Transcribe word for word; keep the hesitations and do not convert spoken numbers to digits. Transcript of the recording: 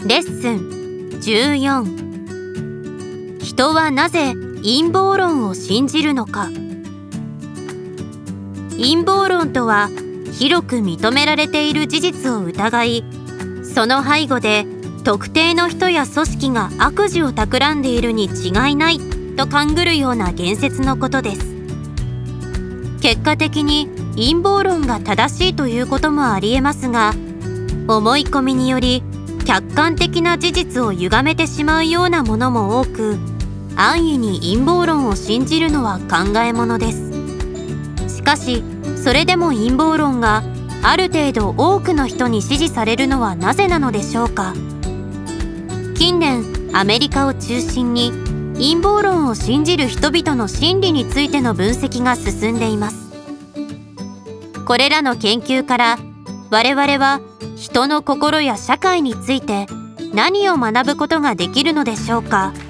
レッスンじゅうよん。人はなぜ陰謀論を信じるのか。陰謀論とは、広く認められている事実を疑い、その背後で特定の人や組織が悪事を企んでいるに違いないと勘ぐるような言説のことです。結果的に陰謀論が正しいということもありえますが、思い込みにより客観的な事実を歪めてしまうようなものも多く、安易に陰謀論を信じるのは考えものです。しかし、それでも陰謀論がある程度多くの人に支持されるのはなぜなのでしょうか。近年、アメリカを中心に陰謀論を信じる人々の心理についての分析が進んでいます。これらの研究から我々は人の心や社会について何を学ぶことができるのでしょうか。